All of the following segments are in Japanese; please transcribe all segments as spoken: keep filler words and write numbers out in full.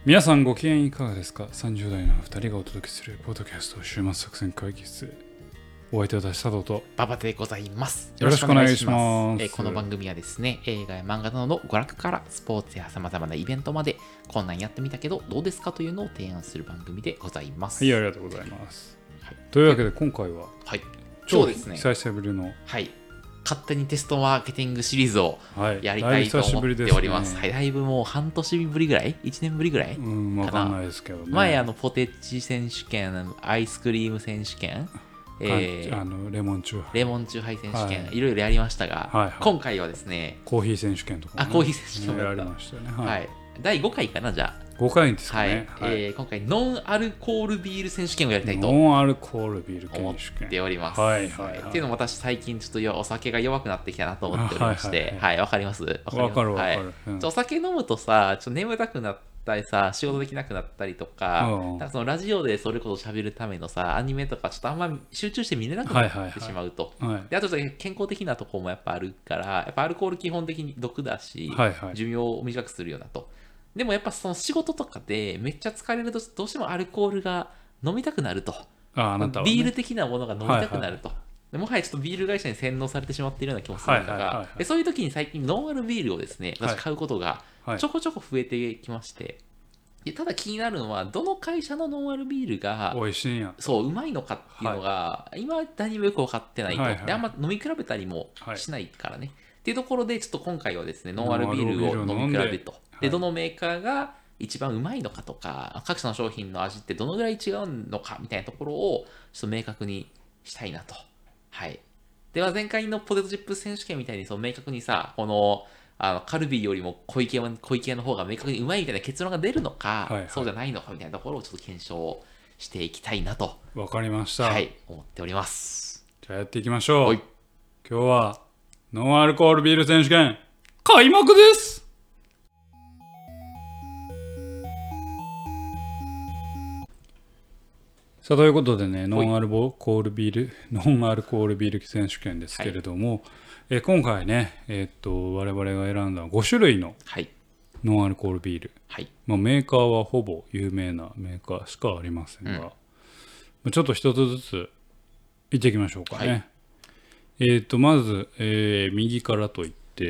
皆さんご機嫌いかがですか？さんじゅう代のふたりがお届けするポッドキャスト週末作戦会議室。お相手は私佐藤と馬場でございます。 よろしくお願いします。 えー、この番組はですね、映画や漫画などの娯楽からスポーツや様々なイベントまで、こんなんやってみたけどどうですかというのを提案する番組でございます。 はい、ありがとうございます。はい、というわけで今回は、 はい、 今日ですね、久しぶりの、 はい、勝手にテストマーケティングシリーズをやりたいと思っております。 はい、 はい、だいぶもう半年ぶりぐらい ?いち 年ぶりぐらいかな。 うん、わかんないですけどね。 前あのポテチ選手権、アイスクリーム選手権、 えー、あのレモンチューハイレモンチューハイ選手権、はい、いろいろやりましたが、はいはい、今回はですねコーヒー選手権とか、ね、 あコーヒー選手権もやりましたよね、はいはい、だいごかいかな。じゃあごかいですかね、 はいはい、えー、今回ノンアルコールビール選手権をやりたいとノンアルコールビール選手権思っております。 はいはいはい、 っていうのも私最近ちょっとお酒が弱くなってきたなと思っておりましてはい、わ、はいはい、かりますわかるわかる、はいうん、お酒飲むとさちょっと眠たくなってさ仕事できなくなったりとか、うん、なんかそのラジオでそれこそ喋るためのさアニメとかちょっとあんま集中して見れなくなってしまうと、はいはいはい、であと健康的なところもやっぱあるからやっぱアルコール基本的に毒だし、はいはい、寿命を短くするようなと。でもやっぱその仕事とかでめっちゃ疲れるとどうしてもアルコールが飲みたくなると。 ああなたはね、 ビール的なものが飲みたくなると、はいはい、でもはやちょっとビール会社に洗脳されてしまっているような気もするんだが、はいはいはいはい、でそういう時に最近ノンアルビールをですね私買うことがちょこちょこ増えてきまして、はいはいただ気になるのはどの会社のノンアルビールが美味しいんやそううまいのかっていうのが、はい、今何もよく分かってないと、はいはい、であんま飲み比べたりもしないからね、はい、っていうところでちょっと今回はですねノンアルビールを飲み比べとで、はい、どのメーカーが一番うまいのかとか各社の商品の味ってどのぐらい違うのかみたいなところをちょっと明確にしたいなと。はいでは前回のポテトチップ選手権みたいにそう明確にさこのあのカルビーよりも小池小池の方が明確にうまいみたいな結論が出るのか、はいはい、そうじゃないのかみたいなところをちょっと検証していきたいなとわかりました、 はい、思っております。 じゃあやっていきましょう。今日はノンアルコールビール選手権開幕です。さあということでねノンアルコールビールノンアルコールビール選手権ですけれども、はいえ今回ね、えー、っと我々が選んだご種類のノンアルコールビール、はいまあ、メーカーはほぼ有名なメーカーしかありませんが、うん、ちょっと一つずついっていきましょうかね、はいえー、っとまず、えー、右からといって、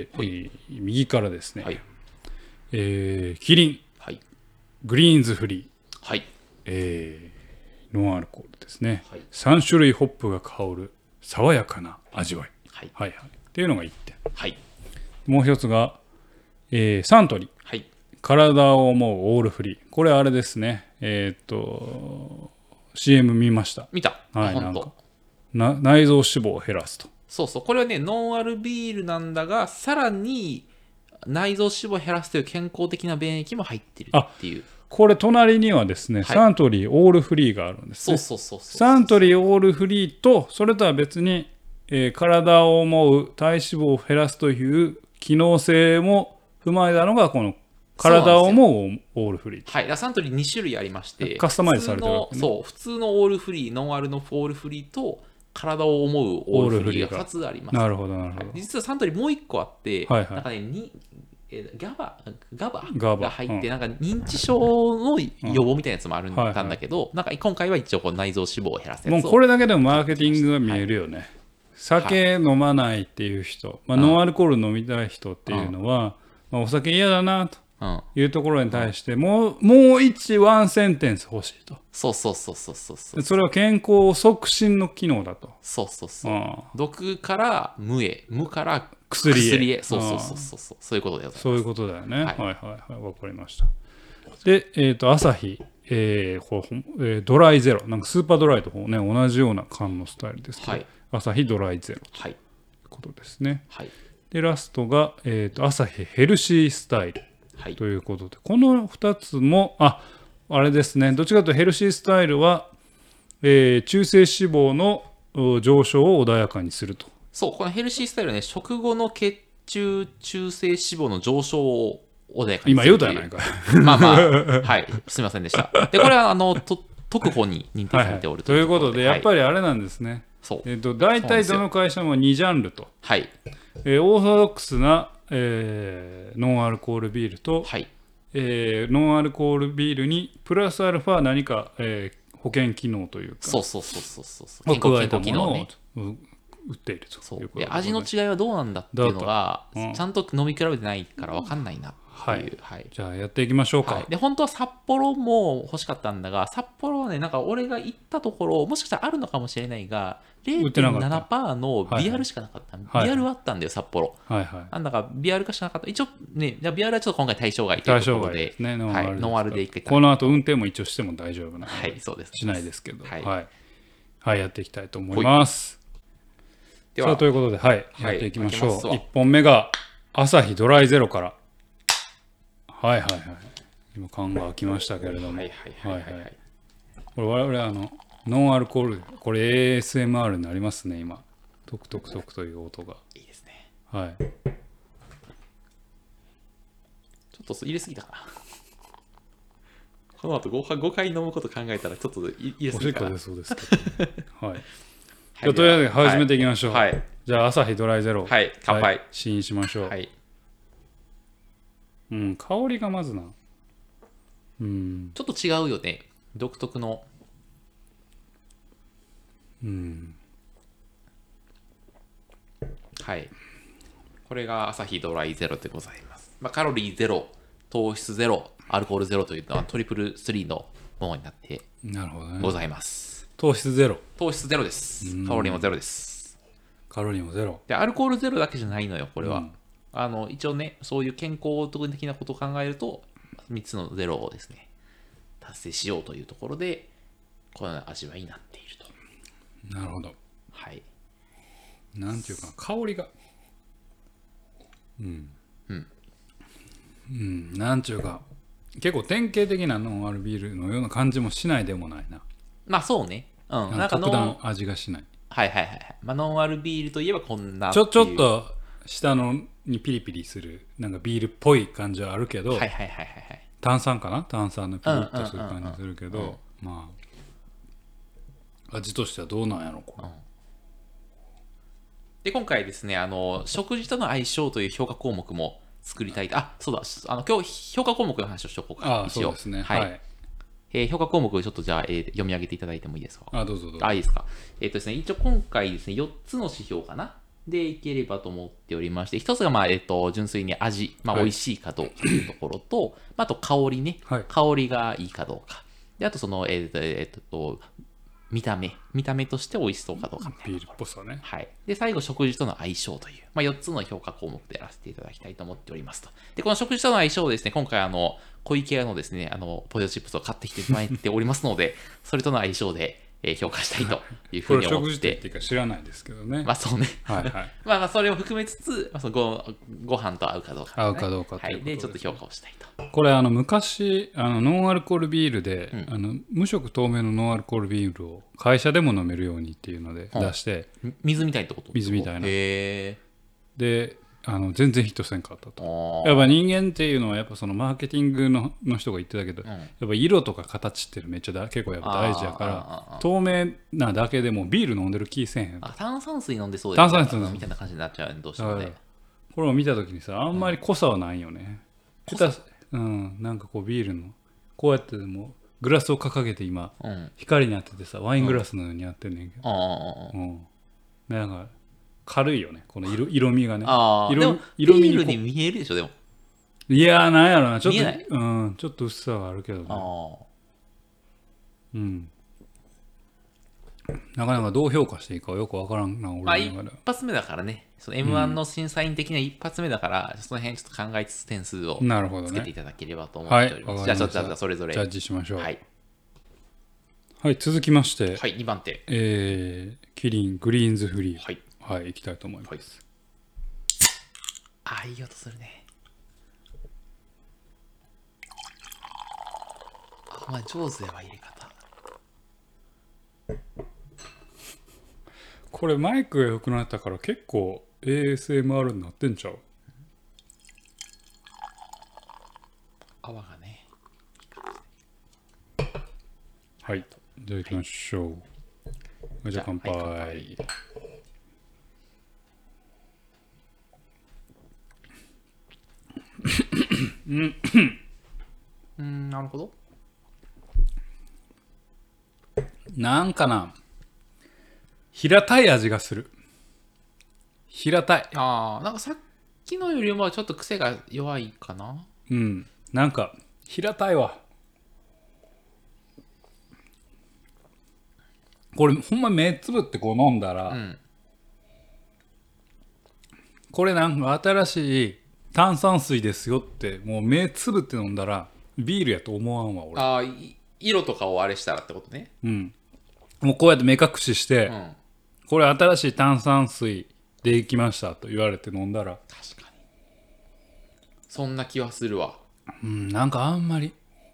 はいえー、右からですね、はいえー、キリン、はい、グリーンズフリー、はいえー、ノンアルコールですね、はい、さん種類ホップが香る爽やかな味わい、はいはいはいっていうのがいってん、はい、もう一つが、えー、サントリー、はい、体を思うオールフリー。これあれですねえー、っと シーエム 見ました。 見た、 はい、なんかな内臓脂肪を減らすと。 そうそうこれはねノンアルビールなんだがさらに内臓脂肪を減らすという健康的な便益も入ってるっていう。 これ隣にはですね、はい、サントリーオールフリーがあるんですね。 そうそうそうそうサントリーオールフリーとそれとは別にえー、体を思う体脂肪を減らすという機能性も踏まえたのがこの体を思うオールフリー。 はい、サントリーに種類ありましてカスタマイズされてるわけね。 そう普通のオールフリーノンアルのオールフリーと体を思うオールフリーがふたつあります。 なるほどなるほど、はい、 実はサントリーもういっこあって、はいはい、なんかねにガバガバが入って、うん、なんか認知症の予防みたいなやつもあるんだけど、うんはいはい、なんか今回は一応こう内臓脂肪を減らすやつをもうこれだけでもマーケティングが見えるよね、はい酒飲まないっていう人、まあ、ノンアルコール飲みたい人っていうのは、まあ、お酒嫌だなというところに対してもう、もう一ワンセンテンス欲しいと。 そうそうそうそうそうそう。 それは健康促進の機能だと。 そうそうそう。うん、毒から無へ、無から薬へ。 薬へ。そうそうそうそうそう。そういうことだよね。 そういうことだよね。はいはいはい。わかりました。で、えっと、アサヒ。えーこうえー、ドライゼロなんかスーパードライと、ね、同じような缶のスタイルですけど、はい、アサヒドライゼロということですね、はい、でラストが、えーと、アサヒヘルシースタイルということで、はい、このふたつもああれですねどっちかというとヘルシースタイルは、えー、中性脂肪の上昇を穏やかにすると。 そうこのヘルシースタイルはね食後の血中中性脂肪の上昇を穏やかに今言うたやないかまあまあはいすみませんでした。でこれはあのと特保に認定されておるということで、はい、ということでやっぱりあれなんですね、はいそうえー、と大体どの会社もにジャンルと、はいえー、オーソドックスな、えー、ノンアルコールビールと、はいえー、ノンアルコールビールにプラスアルファ何か、えー、保険機能というかそうそうそうそうそうそう健康健康機能をね売っているとそうで味の違いはどうなんだっていうのが、うん、ちゃんと飲み比べてないから分かんないなっていう、はいはい、じゃあやっていきましょうか、はい、 で本当は札幌も欲しかったんだが札幌はねなんか俺が行ったところもしかしたらあるのかもしれないが れいてんななパーセント のビアルしかなかった、はいはい、ビアルはあったんだよ札幌、はいはい、なんだかビアルかしなかった一応ねじゃビアルはちょっと今回対象外というところで、ね、ノンアル、はい、ノンアルでいけたこの後運転も一応しても大丈夫なので、 はい、そうですしないですけどはい、はいはい、やっていきたいと思います。ではさあということで、はい、はい、やっていきましょう。いっぽんめがアサヒドライゼロから。はいはいはい。今缶が開きましたけれども。はいはいはいはい。これ我々あのノンアルコール、これ エーエスエムアール になりますね今。トクトクトクという音が。 いいですね。 はい。 ちょっと入れすぎたかな。この後 5, ごかい飲むこと考えたらちょっと入れすぎたかな。 おしっこでそうですけど、ね。はい。じゃあとりあえず始めていきましょう。はい、じゃあ、アサヒドライゼロ。 はい、乾杯。 試飲しましょう。はい。うん、香りがまずな。うん。 ちょっと違うよね。独特の。 うん。 はい。これがアサヒドライゼロでございます。まあ、カロリーゼロ、糖質ゼロ、アルコールゼロというのはトリプルスリーのものになってございます。 糖質ゼロ。 糖質ゼロです。カロリーもゼロです。 カロリーもゼロ。 で、アルコールゼロだけじゃないのよ、これは。うん、あの一応ね、そういう健康的なことを考えると、みっつのゼロをですね、達成しようというところで、この味わいになっていると。 なるほど。 はい。 なんていうか、香りが。うん。うん。うん、なんていうか、結構典型的なノンアルビールのような感じもしないでもないな。 まあそうね。うん。 なんか特段味がしない。 はいはいはい。まあノンアルビールといえばこんなちょちょっと下のにピリピリするなんかビールっぽい感じはあるけど、 はいはいはいはい。 炭酸かな炭酸のピリッとする感じするけど、まあ味としてはどうなんやろこれ。うん、 で今回ですねあの食事との相性という評価項目も作りたい。あそうだあの今日評価項目の話をしとこうか。 あそうですね。はい。はいえー、評価項目をちょっとじゃあ、えー、読み上げていただいてもいいですか。 あ、どうぞどうぞ。 あ、いいですか。えっ、ー、とですね、一応今回ですね、よっつの指標かなでいければと思っておりまして、一つがまあ、えっ、ー、と、純粋に味、まあ、美味しいかどうかというところと、はい、あと香りね、はい、香りがいいかどうか。で、あとその、えっ、ー、と、えっ、ー、と、見た目、見た目として美味しそうかどうかみたいな。 ビールっぽさね。 はい。で、最後、食事との相性という、まあ、よっつの評価項目でやらせていただきたいと思っておりますと。で、この食事との相性をですね、今回、あの、小池屋のですね、あの、ポテトチップスを買ってきてもらっておりますので、それとの相性で、えー、評価したいというふうに思って。 食事っていうか知らないですけどね。 まあそうね。 はいはい。 まあまあそれを含めつつ、まあ、そのごご飯と合うかどうか、 ね、合うかどうかということで、はい、でちょっと評価をしたいと。 これあの昔あのノンアルコールビールで、うん、あの無色透明のノンアルコールビールを会社でも飲めるようにっていうので出して、 うん、水みたいってこと？ 水みたいな。 へー。であの全然ヒットせんかったと。やっぱ人間っていうのはやっぱそのマーケティング の, の人が言ってたけど、うん、やっぱ色とか形ってめっちゃだ結構やっぱ大事やから透明なだけでもビール飲んでる気せんへん。 あ炭酸水飲んでそうですね。炭酸水みたいな感じになっちゃうねどうしてもね。 これを見た時にさあんまり濃さはないよね。うん、うん、なんかこうビールのこうやってでもグラスを掲げて今、うん、光に当ててさワイングラスのようにやってんねんけど、うん、なんか軽いよねこの 色, 色味がね。 あ色でも色味ビールに見えるでしょでも。 いやーなんやろなちょっとうん、ちょっと薄さがあるけどね。 あうん。なかなかどう評価していいかよくわからんな俺の中で。 まあ、一発目だからねその エムワン の審査員的な一発目だから、うん、その辺ちょっと考えつつ点数をつけていただければと思っております。 ね、 じゃあちょっとそれぞれジャッジしましょう。 はい、 はい、続きましてはいにばん手、 えー、キリングリーンズフリー。 はいはい、行きたいと思います。はい、 ああ、いい音するね。あ、まあ上手やわ、入れ方。 これマイクが良くなったから結構 エーエスエムアール になってんちゃう？ 泡がね。 はい、じゃあ行きましょう。はい、じゃあ乾杯。はい、うんうん、なるほど。 なんかな、平たい味がする。平たい。 ああ、なんかさっきのよりもちょっと癖が弱いかな。 うん。なんか、平たいわ。これ、ほんま目つぶってこう飲んだら、うん、これなんか新しい炭酸水ですよって、もう目つぶって飲んだら、ビールやと思わんわ、俺。 ああ、色とかをあれしたらってことね。 うん。もうこうやって目隠しして、うん、これ新しい炭酸水できましたと言われて飲んだら、 確かにそんな気はするわ。 うん、なんかあんまり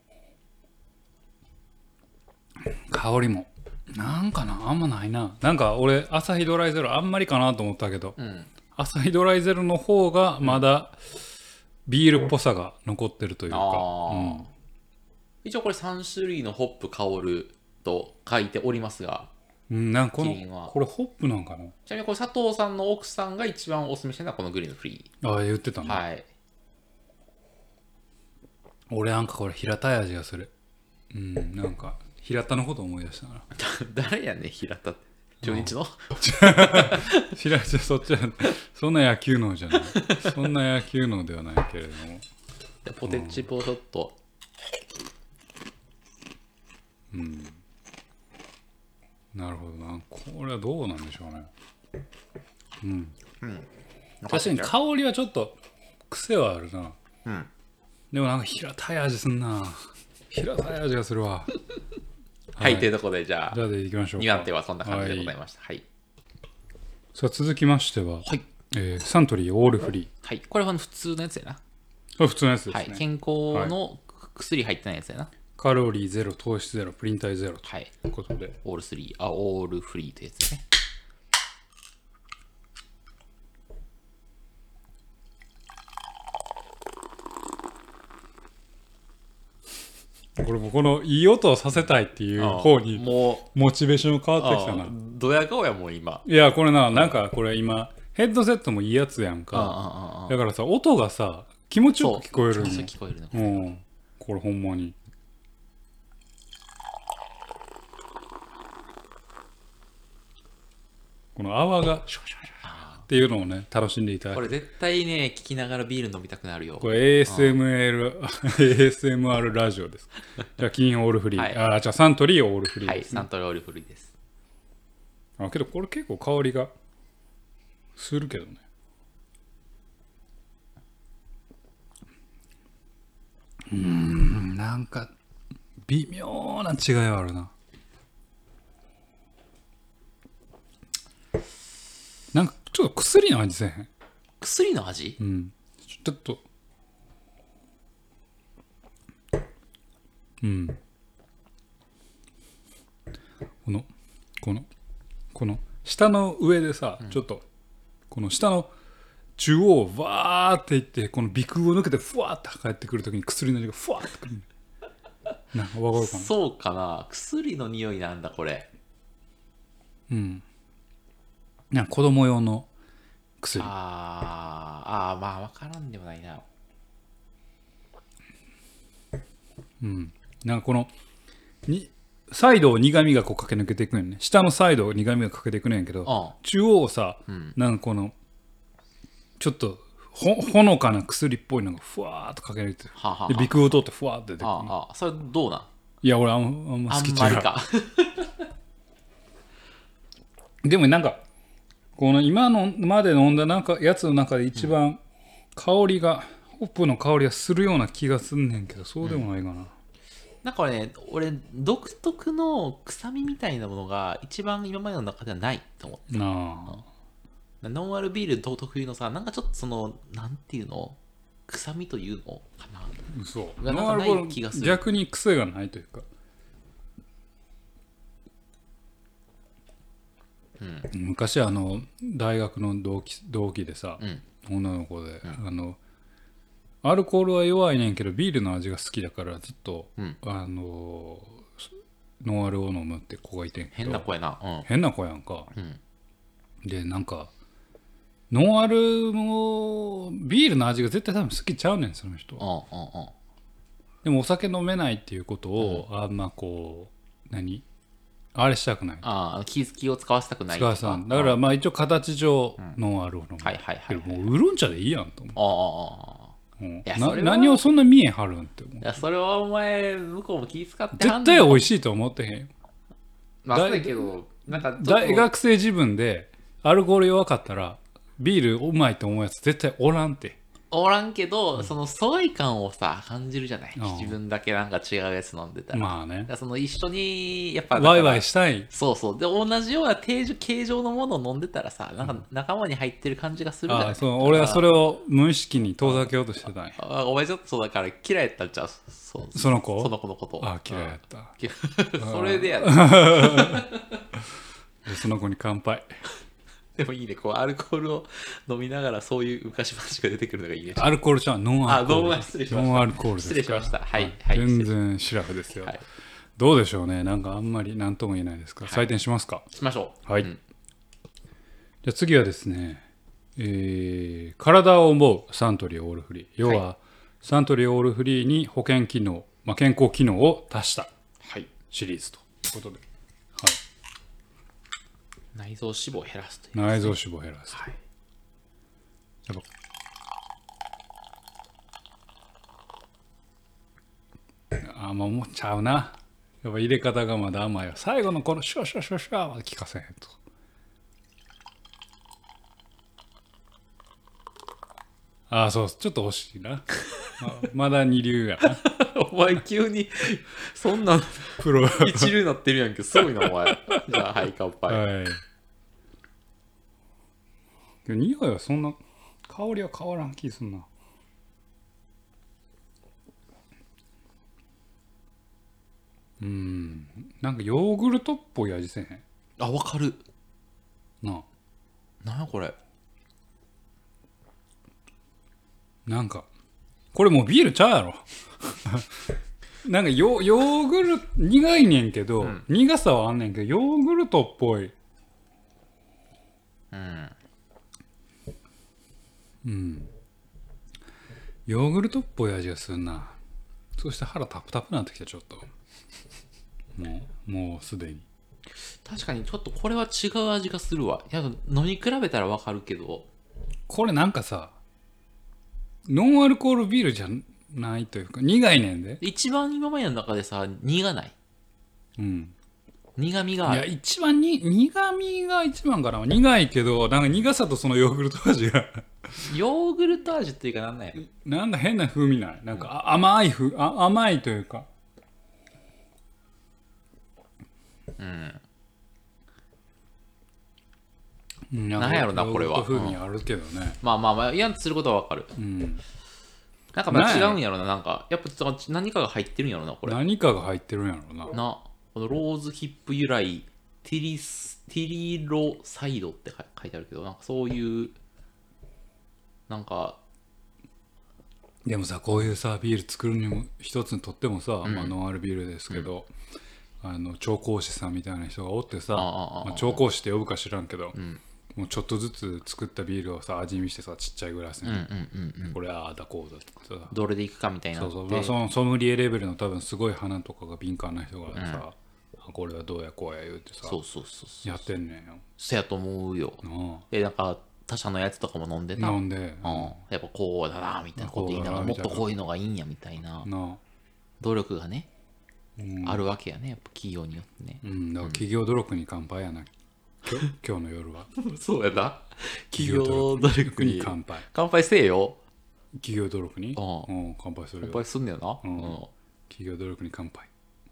香りもなんかな、あんまないな。なんか俺アサヒドライゼロあんまりかなと思ったけど、うん、アサヒドライゼロの方がまだビールっぽさが残ってるというか、うん、 一応これさん種類のホップ香ると書いておりますが、 うん、なんかこのこれホップなんかな。 ちなみにこれ佐藤さんの奥さんが一番おすすめしてるのはこのグリーンフリー。ああ言ってたね。 はい。 俺なんかこれ平たい味がする。うん、なんか平田のこと思い出したな。 誰やねん平田って。中日の平田そっちはそんな野球脳じゃない。そんな野球脳ではないけれども。 ポテチポちょっと。 うん。なるほどな。これはどうなんでしょうね。うん。うん、確かに香りはちょっと癖はあるな。うん。でもなんか平たい味すんな。平たい味がするわ。 はい、というところでじゃあ、 じゃあでいきましょうか。 にばん手はそんな感じでございました。はい。はい、 さあ続きましては、はいえー、サントリーオールフリー。 はい。これは普通のやつやな。 あ普通のやつですね。 はい。健康の薬入ってないやつやな。 カロリーゼロ、糖質ゼロ、プリン体ゼロということで。はい、 オールスリー、あ、オールフリーというやつですね。 これもこのいい音をさせたいっていう方にもうモチベーション変わってきたな。 ドヤ顔やもん今。 いやこれな、なんかこれ今ヘッドセットもいいやつやんか。だからさ音がさ気持ちよく聞こえるの。 聞こえるね。 うん。これほんまに。この泡がシュワシュワシュワっていうのをね楽しんでいただく。 これ絶対ね聞きながらビール飲みたくなるよ。 これ エーエスエムエル エーエスエムアール ラジオです。じゃあ金オールフリー、はい、あじゃあサントリーオールフリーです、 ね、はいサントリーオールフリーです。 あけどこれ結構香りがするけどね。うーんなんか微妙な違いはあるな。なんかちょっと薬の味せえへん。 薬の味？ うん。ちょっと。うん。この、この、この、下の上でさ、うん、ちょっと、この下の中央をわーっていって、この鼻腔を抜けてふわーって帰ってくるときに薬の味がふわーってくる。なんかわかるかな？ そうかな。薬の匂いなんだ、これ。 うん。なんか子供用の薬。 ああ、まあ分からんでもないな。 うん。なんかこのにサイドを苦味がこう駆け抜けていくんね。下のサイドを苦味が駆けていくねんけど、ああ中央をさ、うん、なんかこのちょっとほほのかな薬っぽいのがふわーっと駆け抜けて、はあはあ、で鼻腔を通ってふわーって出てくる。 ああ、それどうなん？ いや俺あんあんま好きじゃない。あんまりか。でもなんかこの今のまで飲んだなんかやつの中で一番香りが、うん、ホップの香りがするような気がすんねんけどそうでもないかな。うん、 なんかね俺独特の臭みみたいなものが一番今までの中ではないと思ってなあ。ノンアルビール特有のさなんかちょっとそのなんていうの臭みというのかな。 そうノンアルコール逆に癖がないというか。うん、昔あの大学の同期同期でさ、うん、女の子で、うん、あのアルコールは弱いねんけどビールの味が好きだからずっと、うん、あのノンアルを飲むって子がいてんけど変な子やな、うん、 変な子やんか、うん、でなんかノンアルもビールの味が絶対多分好きちゃうねんその人は、 でもお酒飲めないっていうことを、うん、あんまこう何あれしたくない。 ああ、気、気を使わせたくないとか。使わせた。だからまあ一応形上のあるの、うん、 はいはいはい、はい。 もうウーロン茶でいいやんと思う。 ああ。 うん、な何をそんな見え張るんって思う。 いやそれはお前向こうも気使って絶対美味しいと思ってへん。 まあそうだけどなんか大学生自分でアルコール弱かったらビールうまいと思うやつ絶対おらんって。 おらんけど、うん、その疎外感をさ感じるじゃない、うん、自分だけなんか違うやつ飲んでたら。 まあね。 その一緒にやっぱワイワイしたい。 そうそう。で同じような形状のものを飲んでたらさ、なんか仲間に入ってる感じがするじゃない、うん、あそう俺はそれを無意識に遠ざけようとしてたんや。 あお前ちょっとそうだから嫌いやったんちゃう。そうその子その子のこと。 あ嫌いやった。 それでやでその子に乾杯。 でもいいね、こうアルコールを飲みながらそういう昔話が出てくるのがいいね。 アルコールじゃん、ノンアルコール。 あ、ノン失礼しました。 ノンアルコールですか。 失礼しました。はい。 はい、全然シラフですよ、はい。どうでしょうね、なんかあんまり何とも言えないですか。はい、採点しますか。 しましょう。はい。うん、じゃあ次はですね、えー、体を思うサントリーオールフリー。要は、はい、サントリーオールフリーに保険機能、まあ、健康機能を足したシリーズということで。はい。 内臓脂肪を減らすという、 ね、内臓脂肪を減らす、はい、やっぱあんま思っちゃうな。やっぱ入れ方がまだ甘いわ。最後のこのシュワシュワシュワシュワは効かせへんと。ああそうちょっと惜しいな。まだ二流やな。 お前急にそんなプロ一流になってるやんけ。すごいなお前。じゃあはい乾杯。はい。 匂いはそんな香りは変わらん気すんな。うんなんかヨーグルトっぽい味せへん。 あわかるなあ。なんやこれ。 なんかこれもうビールちゃうやろ。なんか ヨ, ヨーグルト苦いねんけど、うん、苦さはあんねんけどヨーグルトっぽい。 うんうん、ヨーグルトっぽい味がするな。そして腹タプタプになってきた。ちょっともうもうすでに確かにちょっとこれは違う味がするわ。いや飲み比べたら分かるけどこれなんかさノンアルコールビールじゃないというか苦いねんで。 一番今までの中でさ苦ない。 うん苦味がある。 いや一番に苦味が一番かな。苦いけどなんか苦さとそのヨーグルト味がヨーグルト味っていうかなんなんやなんだ変な風味ない。なんか甘い風あ甘いというかうんなんやろなこれは。 ヨーグルト風味あるけどね、うん、 まあまあまあ嫌とすることはわかる、うん、なんかまあ違うんやろな。なんかやっぱ何かが入ってるんやろなこれ。 何かが入ってるんやろな。 なこのローズヒップ由来ティリスティリロサイドって書いてあるけどなんかそういうなんかでもさこういうさビール作るにも一つにとってもさ、うんまあ、ノンアルビールですけど、うん、あの調香師さんみたいな人がおってさまあ、調香師って呼ぶか知らんけど、うん、もうちょっとずつ作ったビールをさ味見してさちっちゃいグラスに、うんうんうんうん、これああだこうだってさどれでいくかみたいな。 そうそう、まあ、そのソムリエレベルの多分すごい鼻とかが敏感な人がさ、うん、これはどうやこうや言うてさそうそうそうそうやってんねんよ。 そやと思うよ。でなんか他社のやつとかも飲んでた。 飲んで、うん、 やっぱこうだなみたいなこと言いながらもっとこういうのがいいんやみたいな努力がね、うん、あるわけやねやっぱ企業によってね。 うん、だから企業努力に乾杯やな、うん、今, 日今日の夜はそうやな企業努力に乾杯乾杯せえよ。 企業努力に、うん、乾杯するよ。 乾杯すんねやな、うん、 企業努力に乾杯。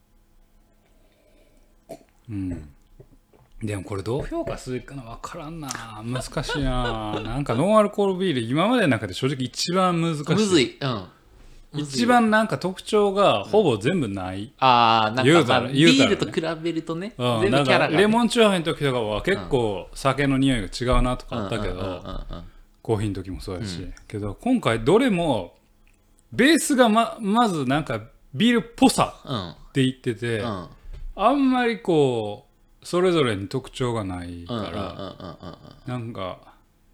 うんでもこれどう評価するかな分からんな。難しいな。なんかノンアルコールビール今までの中で正直一番難しい。 むずい、うん、 一番なんか特徴がほぼ全部ない、うん、 ああなんか、まあ、ビールと比べるとね、 うん、全部キャラが、ね、レモンチューハイの時とかは結構酒の匂いが違うなとかあったけどコーヒーの時もそうやし、うん、けど今回どれもベースが ま, まずなんかビールっぽさって言ってて、うん、あんまりこうそれぞれに特徴がないからなんか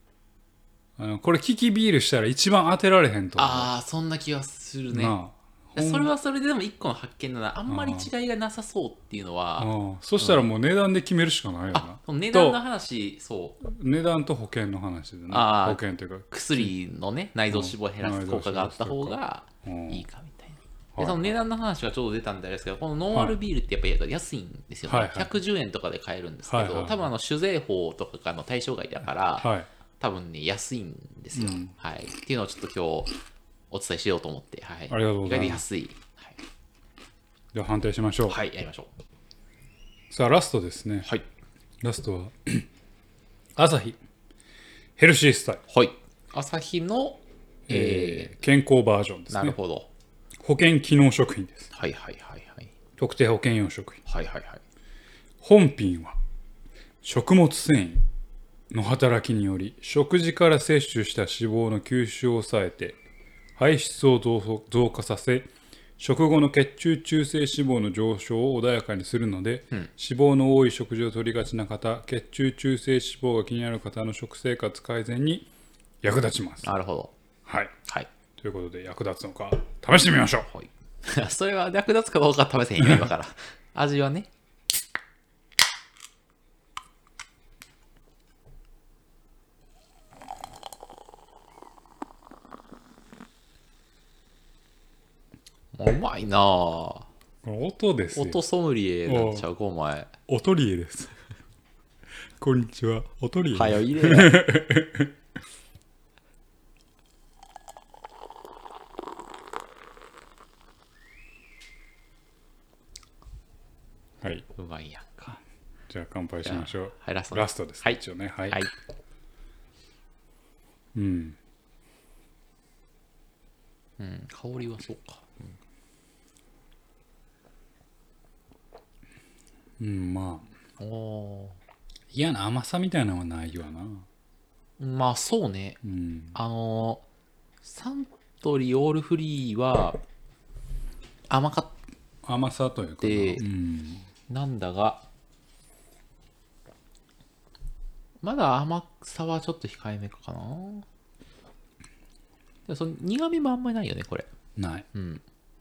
あのこれ利きビールしたら一番当てられへんと思う。 ああそんな気がするね。 それはそれででも一個の発見だな。あんまり違いがなさそうっていうのは。 あそしたらもう値段で決めるしかないよな。 うん、値段の話、そう。 値段と保険の話でね。保険というか薬のね、内臓脂肪を減らす効果があった方がいいかみたいな。でその値段の話がちょうど出たんであれですけど、このノンアルビールってやっぱり安いんですよね。はいはい、ひゃくじゅうえんとかで買えるんですけど、はいはいはい、多分あの酒税法とかの対象外だから、はい、多分ね、安いんですよ、うん。はい。っていうのをちょっと今日お伝えしようと思って、はい。 ありがとうございます。 意外と安い。はい、 では判定しましょう。 はい、やりましょう。さあ、ラストですね。 はい。 ラストは、アサヒヘルシースタイル。 はい。アサヒの、 えー、健康バージョンですね。 なるほど。 保険機能食品です。 はいはいはいはい。 特定保険用食品。 はいはいはい。 本品は食物繊維の働きにより食事から摂取した脂肪の吸収を抑えて排出を増加させ食後の血中中性脂肪の上昇を穏やかにするので、うん、脂肪の多い食事を取りがちな方、血中中性脂肪が気になる方の食生活改善に役立ちます。 なるほど。 はい。 はい。 ということで役立つのか試してみましょう。はい、 それは役立つかどうか試せへんよ今から。味はね。うまいなぁ。 音ですよ。 音ソムリエなんちゃうかお前。 音リエです。こんにちは。音リエ。 はよ入れや。 はい。 うまいやんか。 じゃあ乾杯しましょう。 はい、ラスト。 ラストです。 はい。 一応ね。はい。 はい、 うん。 うん、香りはそうか。 うん、うん、まあ。お嫌な甘さみたいなのはないわな。 まあそうね。 うん、 あのサントリーオールフリーは甘かった。 甘さというかな、うん、なんだがまだ甘さはちょっと控えめかな。でその苦味もあんまりないよねこれ。 ない。 うん。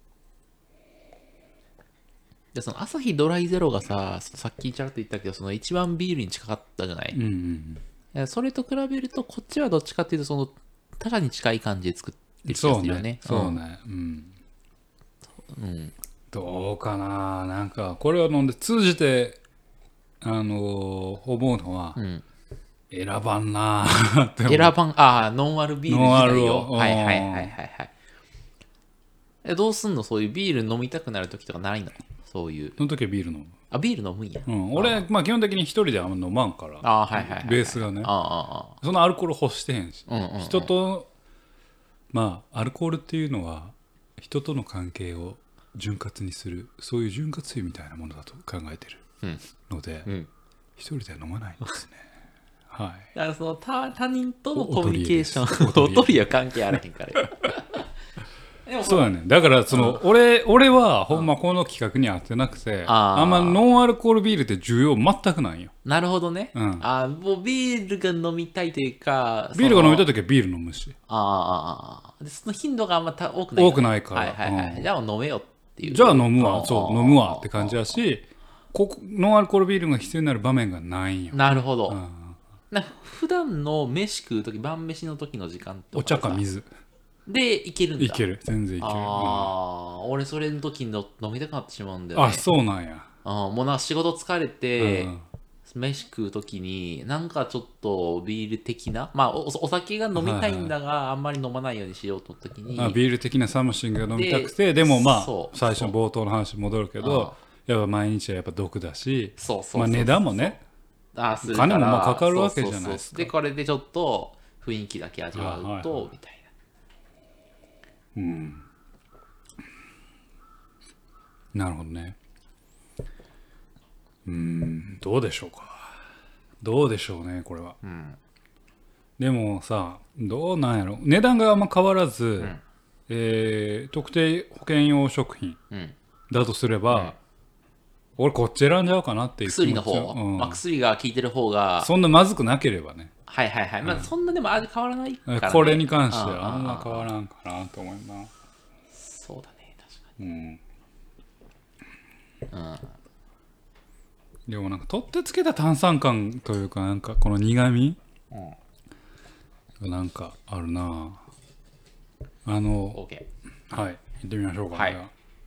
でそのアサヒドライゼロがさ、さっきちゃらっと言ったけどその一番ビールに近かったじゃない。 うんうんうん、それと比べるとこっちはどっちかっていうとその他社に近い感じで作ってる気がするよね。 そうね。うん。 うん。 どうかな。なんかこれを飲んで通じてあのー、思うのは、うん、選ばんなって選ばん。ああノンアルビール自体を。はいはいはいはいはい。えどうすんのそういうビール飲みたくなる時とかないのそういう。 その時はビール飲む。 あビール飲むんや。 うん、俺まあ基本的に一人であんま飲まんから。 あはいはいはい、はい、 ベースがね。 ああそのアルコール欲してへんし、 うんうんうん、 人とまあアルコールっていうのは人との関係を潤滑にするそういう潤滑油みたいなものだと考えてるので、うんうん、一人では飲まないんですね。はい。 だからその 他, 他人とのコミュニケーションおとりは関係あらへんからでもそうだね。だからその、うん、俺俺はほんまこの企画に合ってなくて、うん、あんまノンアルコールビールって需要全くないよ。 なるほどね。 うん、 あもうビールが飲みたいというかビールが飲みたい時はビール飲むし。 ああでその頻度があんまた多くない、ね、 多くないから。 はいはいはい、うん、じゃあ飲めよっていう。 じゃあ飲むわ。そう飲むわって感じだしここノンアルコールビールが必要になる場面がないんよ。 なるほど。うん、な普段の飯食う時晩飯の時の時間とかお茶か水でいけるんだ。 いける全然いける。 ああ、うん、俺それの時の飲みたくなってしまうんだよね。 あそうなんや。 あもうな仕事疲れて、うん、飯食う時になんかちょっとビール的なまあ お, お酒が飲みたいんだが、はいはい、あんまり飲まないようにしようと思った時にあビール的なサムシングが飲みたくて で, でもまあ最初の冒頭の話に戻るけどやっぱ毎日はやっぱ毒だしそうそうそうそう、 まあ、値段もねあする金もまあかかるわけじゃないですか。そうそうそうでこれでちょっと雰囲気だけ味わうと、はいはいはい、みたいな。 うんなるほどね。うんどうでしょうか。どうでしょうねこれは、 うん、 でもさどうなんやろ値段があんま変わらず、うんえー、特定保険用食品だとすれば、うん俺こっち選んじゃおうかなっていう気持ち。薬の方、うんまあ、薬が効いてる方がそんなまずくなければね。 はいはいはい、うん、まあそんなでも味変わらないから、ね、 これに関してはあんま変わらんかなと思うな。 そうだね確かうん、 うん、 でもなんか取ってつけた炭酸感というかなんかこの苦味、うん、なんかあるなあの、 OK、 はい行ってみましょうか、ね、 はい、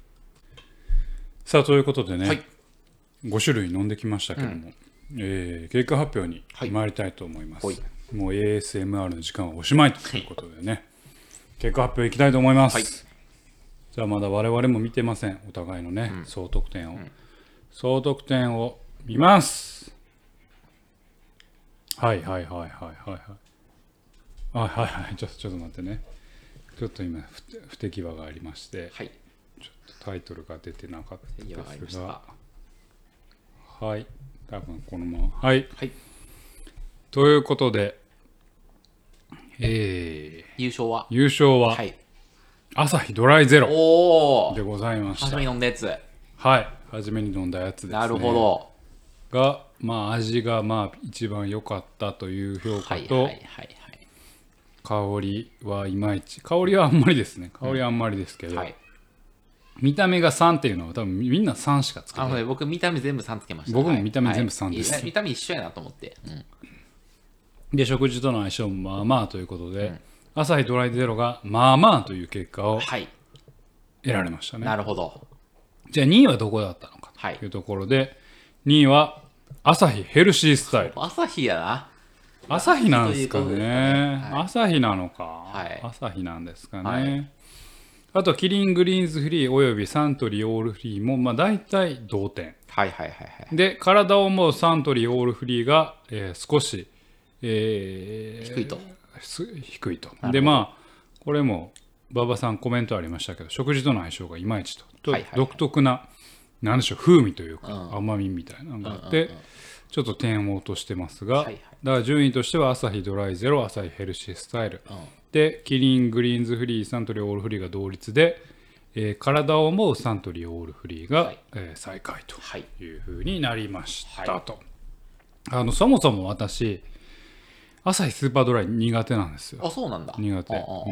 さあということでね、 はい、 ご種類飲んできましたけども、うん、えー、結果発表に参りたいと思います、 はい、 もう エーエスエムアール の時間はおしまいということでね、はい、結果発表いきたいと思います、はい、じゃあまだ我々も見てませんお互いのね、うん、総得点を、うん、総得点を見ます。はいはいはいはいはいはいあはいはいちょっとちょっと待ってね、ちょっと今不手際がありまして、はい、ちょっとタイトルが出てなかったですが、はい多分このままはい、はい、ということで、えー、 優勝は優勝は、はい、アサヒドライゼロでございました。 初めに飲んだやつ、 はい初めに飲んだやつですね。 なるほど。 がまあ味がまあ一番良かったという評価と、はいはいはいはい、香りはいまいち、香りはあんまりですね、香りはあんまりですけど、うんはい、見た目がさんっていうのは多分みんなさんしかつけてない。 あの、ね、僕見た目全部さんつけました。 僕も見た目全部さんです、 はいはい、見た目一緒やなと思って、うん、 で食事との相性もまあまあということで、うん、アサヒドライゼロがまあまあという結果を得られましたね、 はい、なるほど。 じゃあにいはどこだったのかというところで、はい、にいはアサヒヘルシースタイル。 アサヒやな。 アサヒなんですかね。アサヒなのか。はい、アサヒなんですかね。はい、あとキリングリーンズフリーおよびサントリーオールフリーもまあ大体同点。 はいはいはいはい。 で体を思うサントリーオールフリーが、えー、少し、えー、低いと。 低いと。でまあこれも馬場さんコメントありましたけど、食事との相性がいまいちと。とはいはいはい、独特ななんでしょう風味というか、うん、甘みみたいなのがあって、うんうんうん、ちょっと点を落としてますが、はいはい、だから順位としてはアサヒドライゼロ、アサヒヘルシースタイル、うん、でキリングリーンズフリー、サントリーオールフリーが同率で、えー、体を思うサントリーオールフリーが、はい、えー、最下位というふうになりましたと、はい、あのそもそも私アサヒスーパードライ苦手なんですよ。 あ、そうなんだ。 苦手。ああ、うん、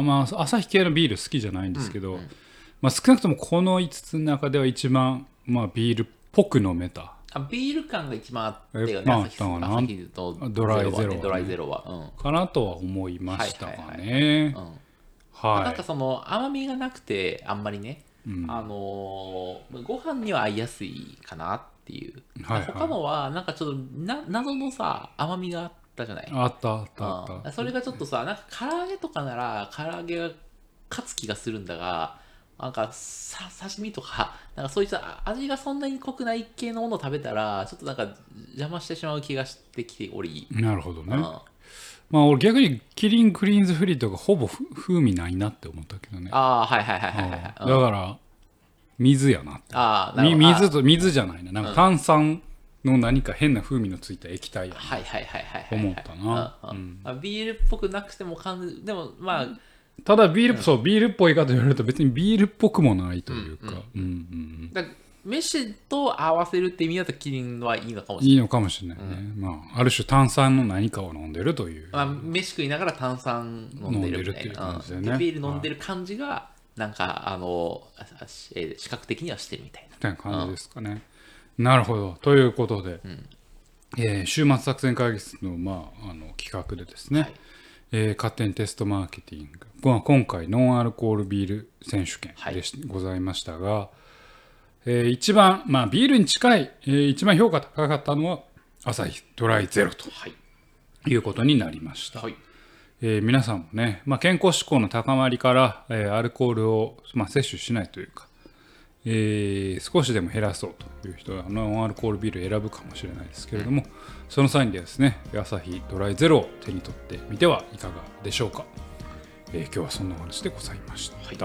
まあアサヒ系のビール好きじゃないんですけど、うんうん、まあ、少なくともこのいつつの中では一番、まあ、ビールっぽく飲めた。 あ、ビール感が一番あったよね、 まあ、あったかな。 アサヒとドライゼロは、ね、 ドライゼロは、うん、 かなとは思いましたがね。 はい。なんかその甘みがなくてあんまりね、うん、あのー、ご飯には合いやすいかなっていう。はいはい、他のはなんかちょっとな謎のさ甘みがあったじゃない。 あったあったあった。 うん、それがちょっとさ、なんか唐揚げとかなら唐揚げが勝つ気がするんだが。なんかさ刺身とか、なんかそういった味がそんなに濃くない系のものを食べたら、ちょっとなんか邪魔してしまう気がしてきており。 なるほどね。うん、まあ俺逆にキリングリーンズフリーとかほぼ風味ないなって思ったけどね。 ああ、はいはいはいはい、はい。だから水やなって。ああ、なるほど。水と水じゃないな。なんか炭酸の何か変な風味のついた液体やな。 はいはいはいはい。 思ったな。 ビールっぽくなくても感じ、でもまあ。うん、 ただビール、うん、そうビールっぽいかと言われると別にビールっぽくもないというか、 飯と合わせるって意味だとキリンはいいのかもしれない。 いいのかもしれないね、うん、まあある種炭酸の何かを飲んでるという、 まあ、飯食いながら炭酸飲んでるみたいな感じでね、うん、ビール飲んでる感じがなんかあの視覚的にはしてるみたいなみたいな感じですかね、うん、なるほど。ということで、うん、えー、週末作戦会議室の、まあ、あの企画でですね、はい、えー、勝手にテストマーケティング、今回ノンアルコールビール選手権でし、はい、ございましたが、えー、一番、まあ、ビールに近い、えー、一番評価高かったのはアサヒドライゼロということになりました、はい、えー、皆さんもね、まあ、健康志向の高まりから、えー、アルコールを、まあ、摂取しないというか、えー、少しでも減らそうという人はノンアルコールビールを選ぶかもしれないですけれども、うん、その際にですねアサヒドライゼロを手に取ってみてはいかがでしょうか。えー、今日はそんなお話でございました。はい、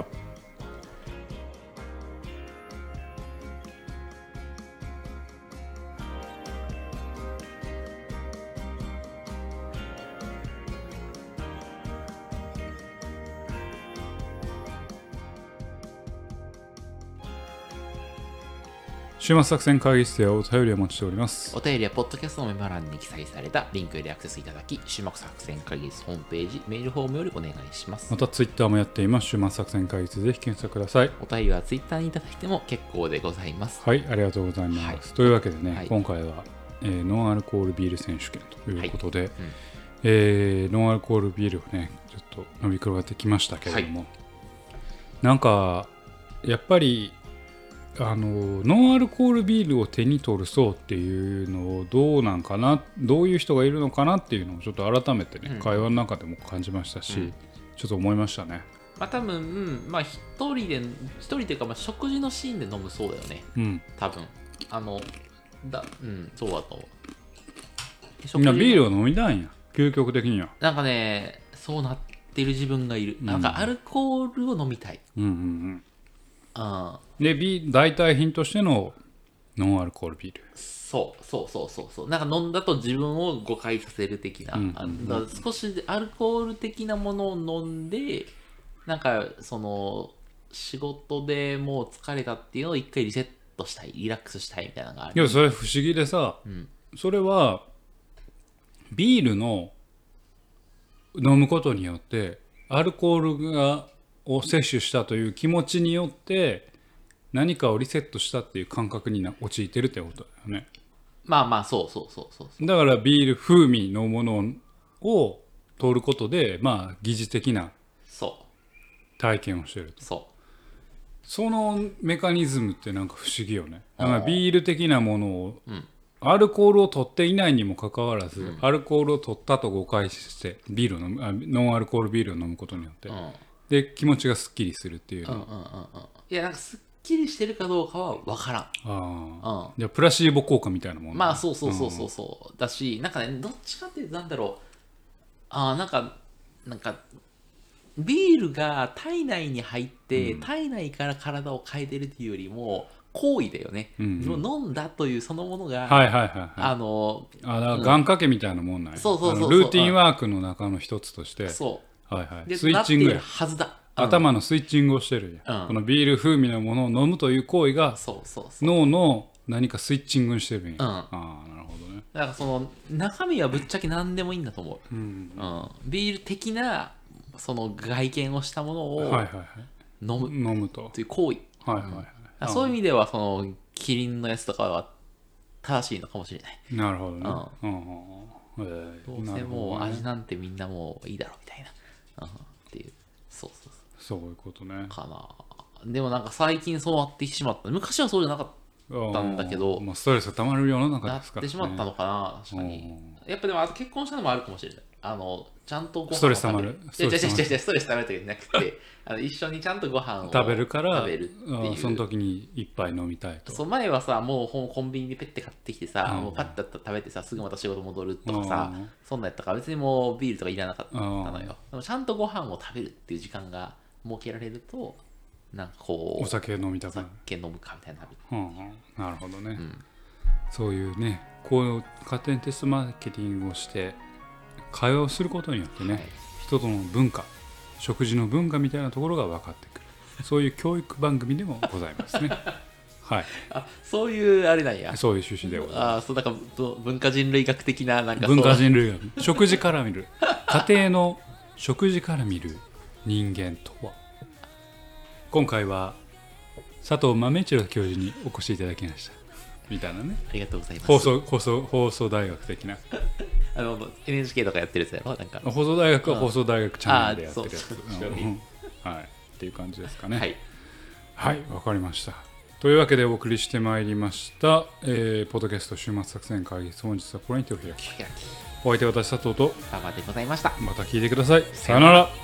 週末作戦会議室ではお便りをお待ちしております。 お便りはポッドキャストのメモ欄に記載されたリンクよりアクセスいただき、週末作戦会議室ホームページメールフォームよりお願いします。 またツイッターもやっています。週末作戦会議室ぜひ検索ください。 お便りはツイッターにいただいても結構でございます。 はい、ありがとうございます、はい、というわけでね、はい、今回は、えー、ノンアルコールビール選手権ということで、はい、うん、えー、ノンアルコールビールをねちょっと飲み転がってきましたけれども、はい、なんかやっぱりあのノンアルコールビールを手に取る層っていうのをどうなんかな、どういう人がいるのかなっていうのをちょっと改めてね、うん、会話の中でも感じましたし、うん、ちょっと思いましたね。 まあ多分、うん、まあ一人で一人というか、まあ、食事のシーンで飲むそうだよね、うん、多分あのだうんそうだと思う。 みんなビールを飲みたいんや、究極的には。 なんかねそうなってる自分がいる、うん、なんかアルコールを飲みたい。うんうんうん。 あでビ代替品としてのノンアルコールビール。 そうそうそうそうそう。なんか飲んだと自分を誤解させる的な、うんうんうん、だ少しアルコール的なものを飲んで、なんかその仕事でもう疲れたっていうのを一回リセットしたい、リラックスしたいみたいなのがある。 いやそれ不思議でさ、うん、それはビールの飲むことによってアルコールがを摂取したという気持ちによって何かをリセットしたっていう感覚に陥ってるってことだよね。 まあまあそうそうそうそう。 だからビール風味のものを取ることでまあ疑似的な体験をしてると。そう。そのメカニズムってなんか不思議よね。だからビール的なものを、うん、アルコールを取っていないにもかかわらず、うん、アルコールを取ったと誤解してビールを飲む、あノンアルコールビールを飲むことによって。うん、で気持ちがすっきりするっていうの、うんうんうんうん、 いやなんかすっきりしてるかどうかは分からん。 あ、うん、じゃあプラシーボ効果みたいなもん、ね、 まあそうそうそうそうそう、うん、だしなんかねどっちかってなんだろう、あなんかなんかビールが体内に入って、うん、体内から体を変えてるっていうよりも行為だよね、うんうん、飲んだというそのものが、はいはいはいはい、あのあだから願掛けみたいなもんなんや、そうそうそうそう、ルーティンワークの中の一つとして、そうはいはい、スイッチングやはずだ、うん、頭のスイッチングをしてるや、うん、このビール風味のものを飲むという行為がそうそうそう脳の何かスイッチングにしてるんや、うん、ああなるほどね。 だからその中身はぶっちゃけ何でもいいんだと思う、うんうん、ビール的なその外見をしたものを飲む、飲むという行為、はいはいはい、そういう意味ではそのキリンのやつとかは正しいのかもしれない。 なるほどね、うんうんえー、どうせもう味なんてみんなもういいだろうみたいなっていう、そうそうそう、そういうことね。 かな。でもなんか最近そうなってしまった。昔はそうじゃなかったんだけど、 まあ、ストレスがたまる世の中ですから、ね、 なってしまったのかな、確かに。やっぱでもあと結婚したのもあるかもしれない。あのちゃんとご飯をストレスたまる。 ストレスたまる。ストレスたまるとかじゃなくて、あの一緒にちゃんとご飯を食べるから、食べるっていう。その時に一杯飲みたいと。 そう前はさ、もうコンビニでペッて買ってきてさ、うん、もうパッと食べてさ、すぐまた仕事戻るとかさ、うん、そんなんやったから別にもうビールとかいらなかったのよ。でもちゃんとご飯を食べるっていう時間が設けられると、なんかこうお酒飲みたくなる。 お酒飲むかみたいになる。 うんうん、なるほどね、うん。そういうね、こう家庭テストマーケティングをして会話をすることによってね、はい、人との文化、食事の文化みたいなところが分かってくる。そういう教育番組でもございますね。はい。 あ、そういうあれなんや。 そういう趣旨でございます。 あ、そうだから文化人類学的ななんか文化人類学。食事から見る家庭の食事から見る人間とは。今回は佐藤豆一郎教授にお越しいただきましたみたいなね。 ありがとうございます。 放送放送放送大学的なあの エヌエイチケー とかやってるやつやろ。なんか放送大学は放送大学チャンネルでやってるやつ、うん、はいっていう感じですかね。はいはい、わかりました。というわけでお送りしてまいりました、えー、ポッドキャスト週末作戦会議室、本日はこれにてお開き。お相手は私佐藤と馬場でございました。 また聞いてください。さよなら。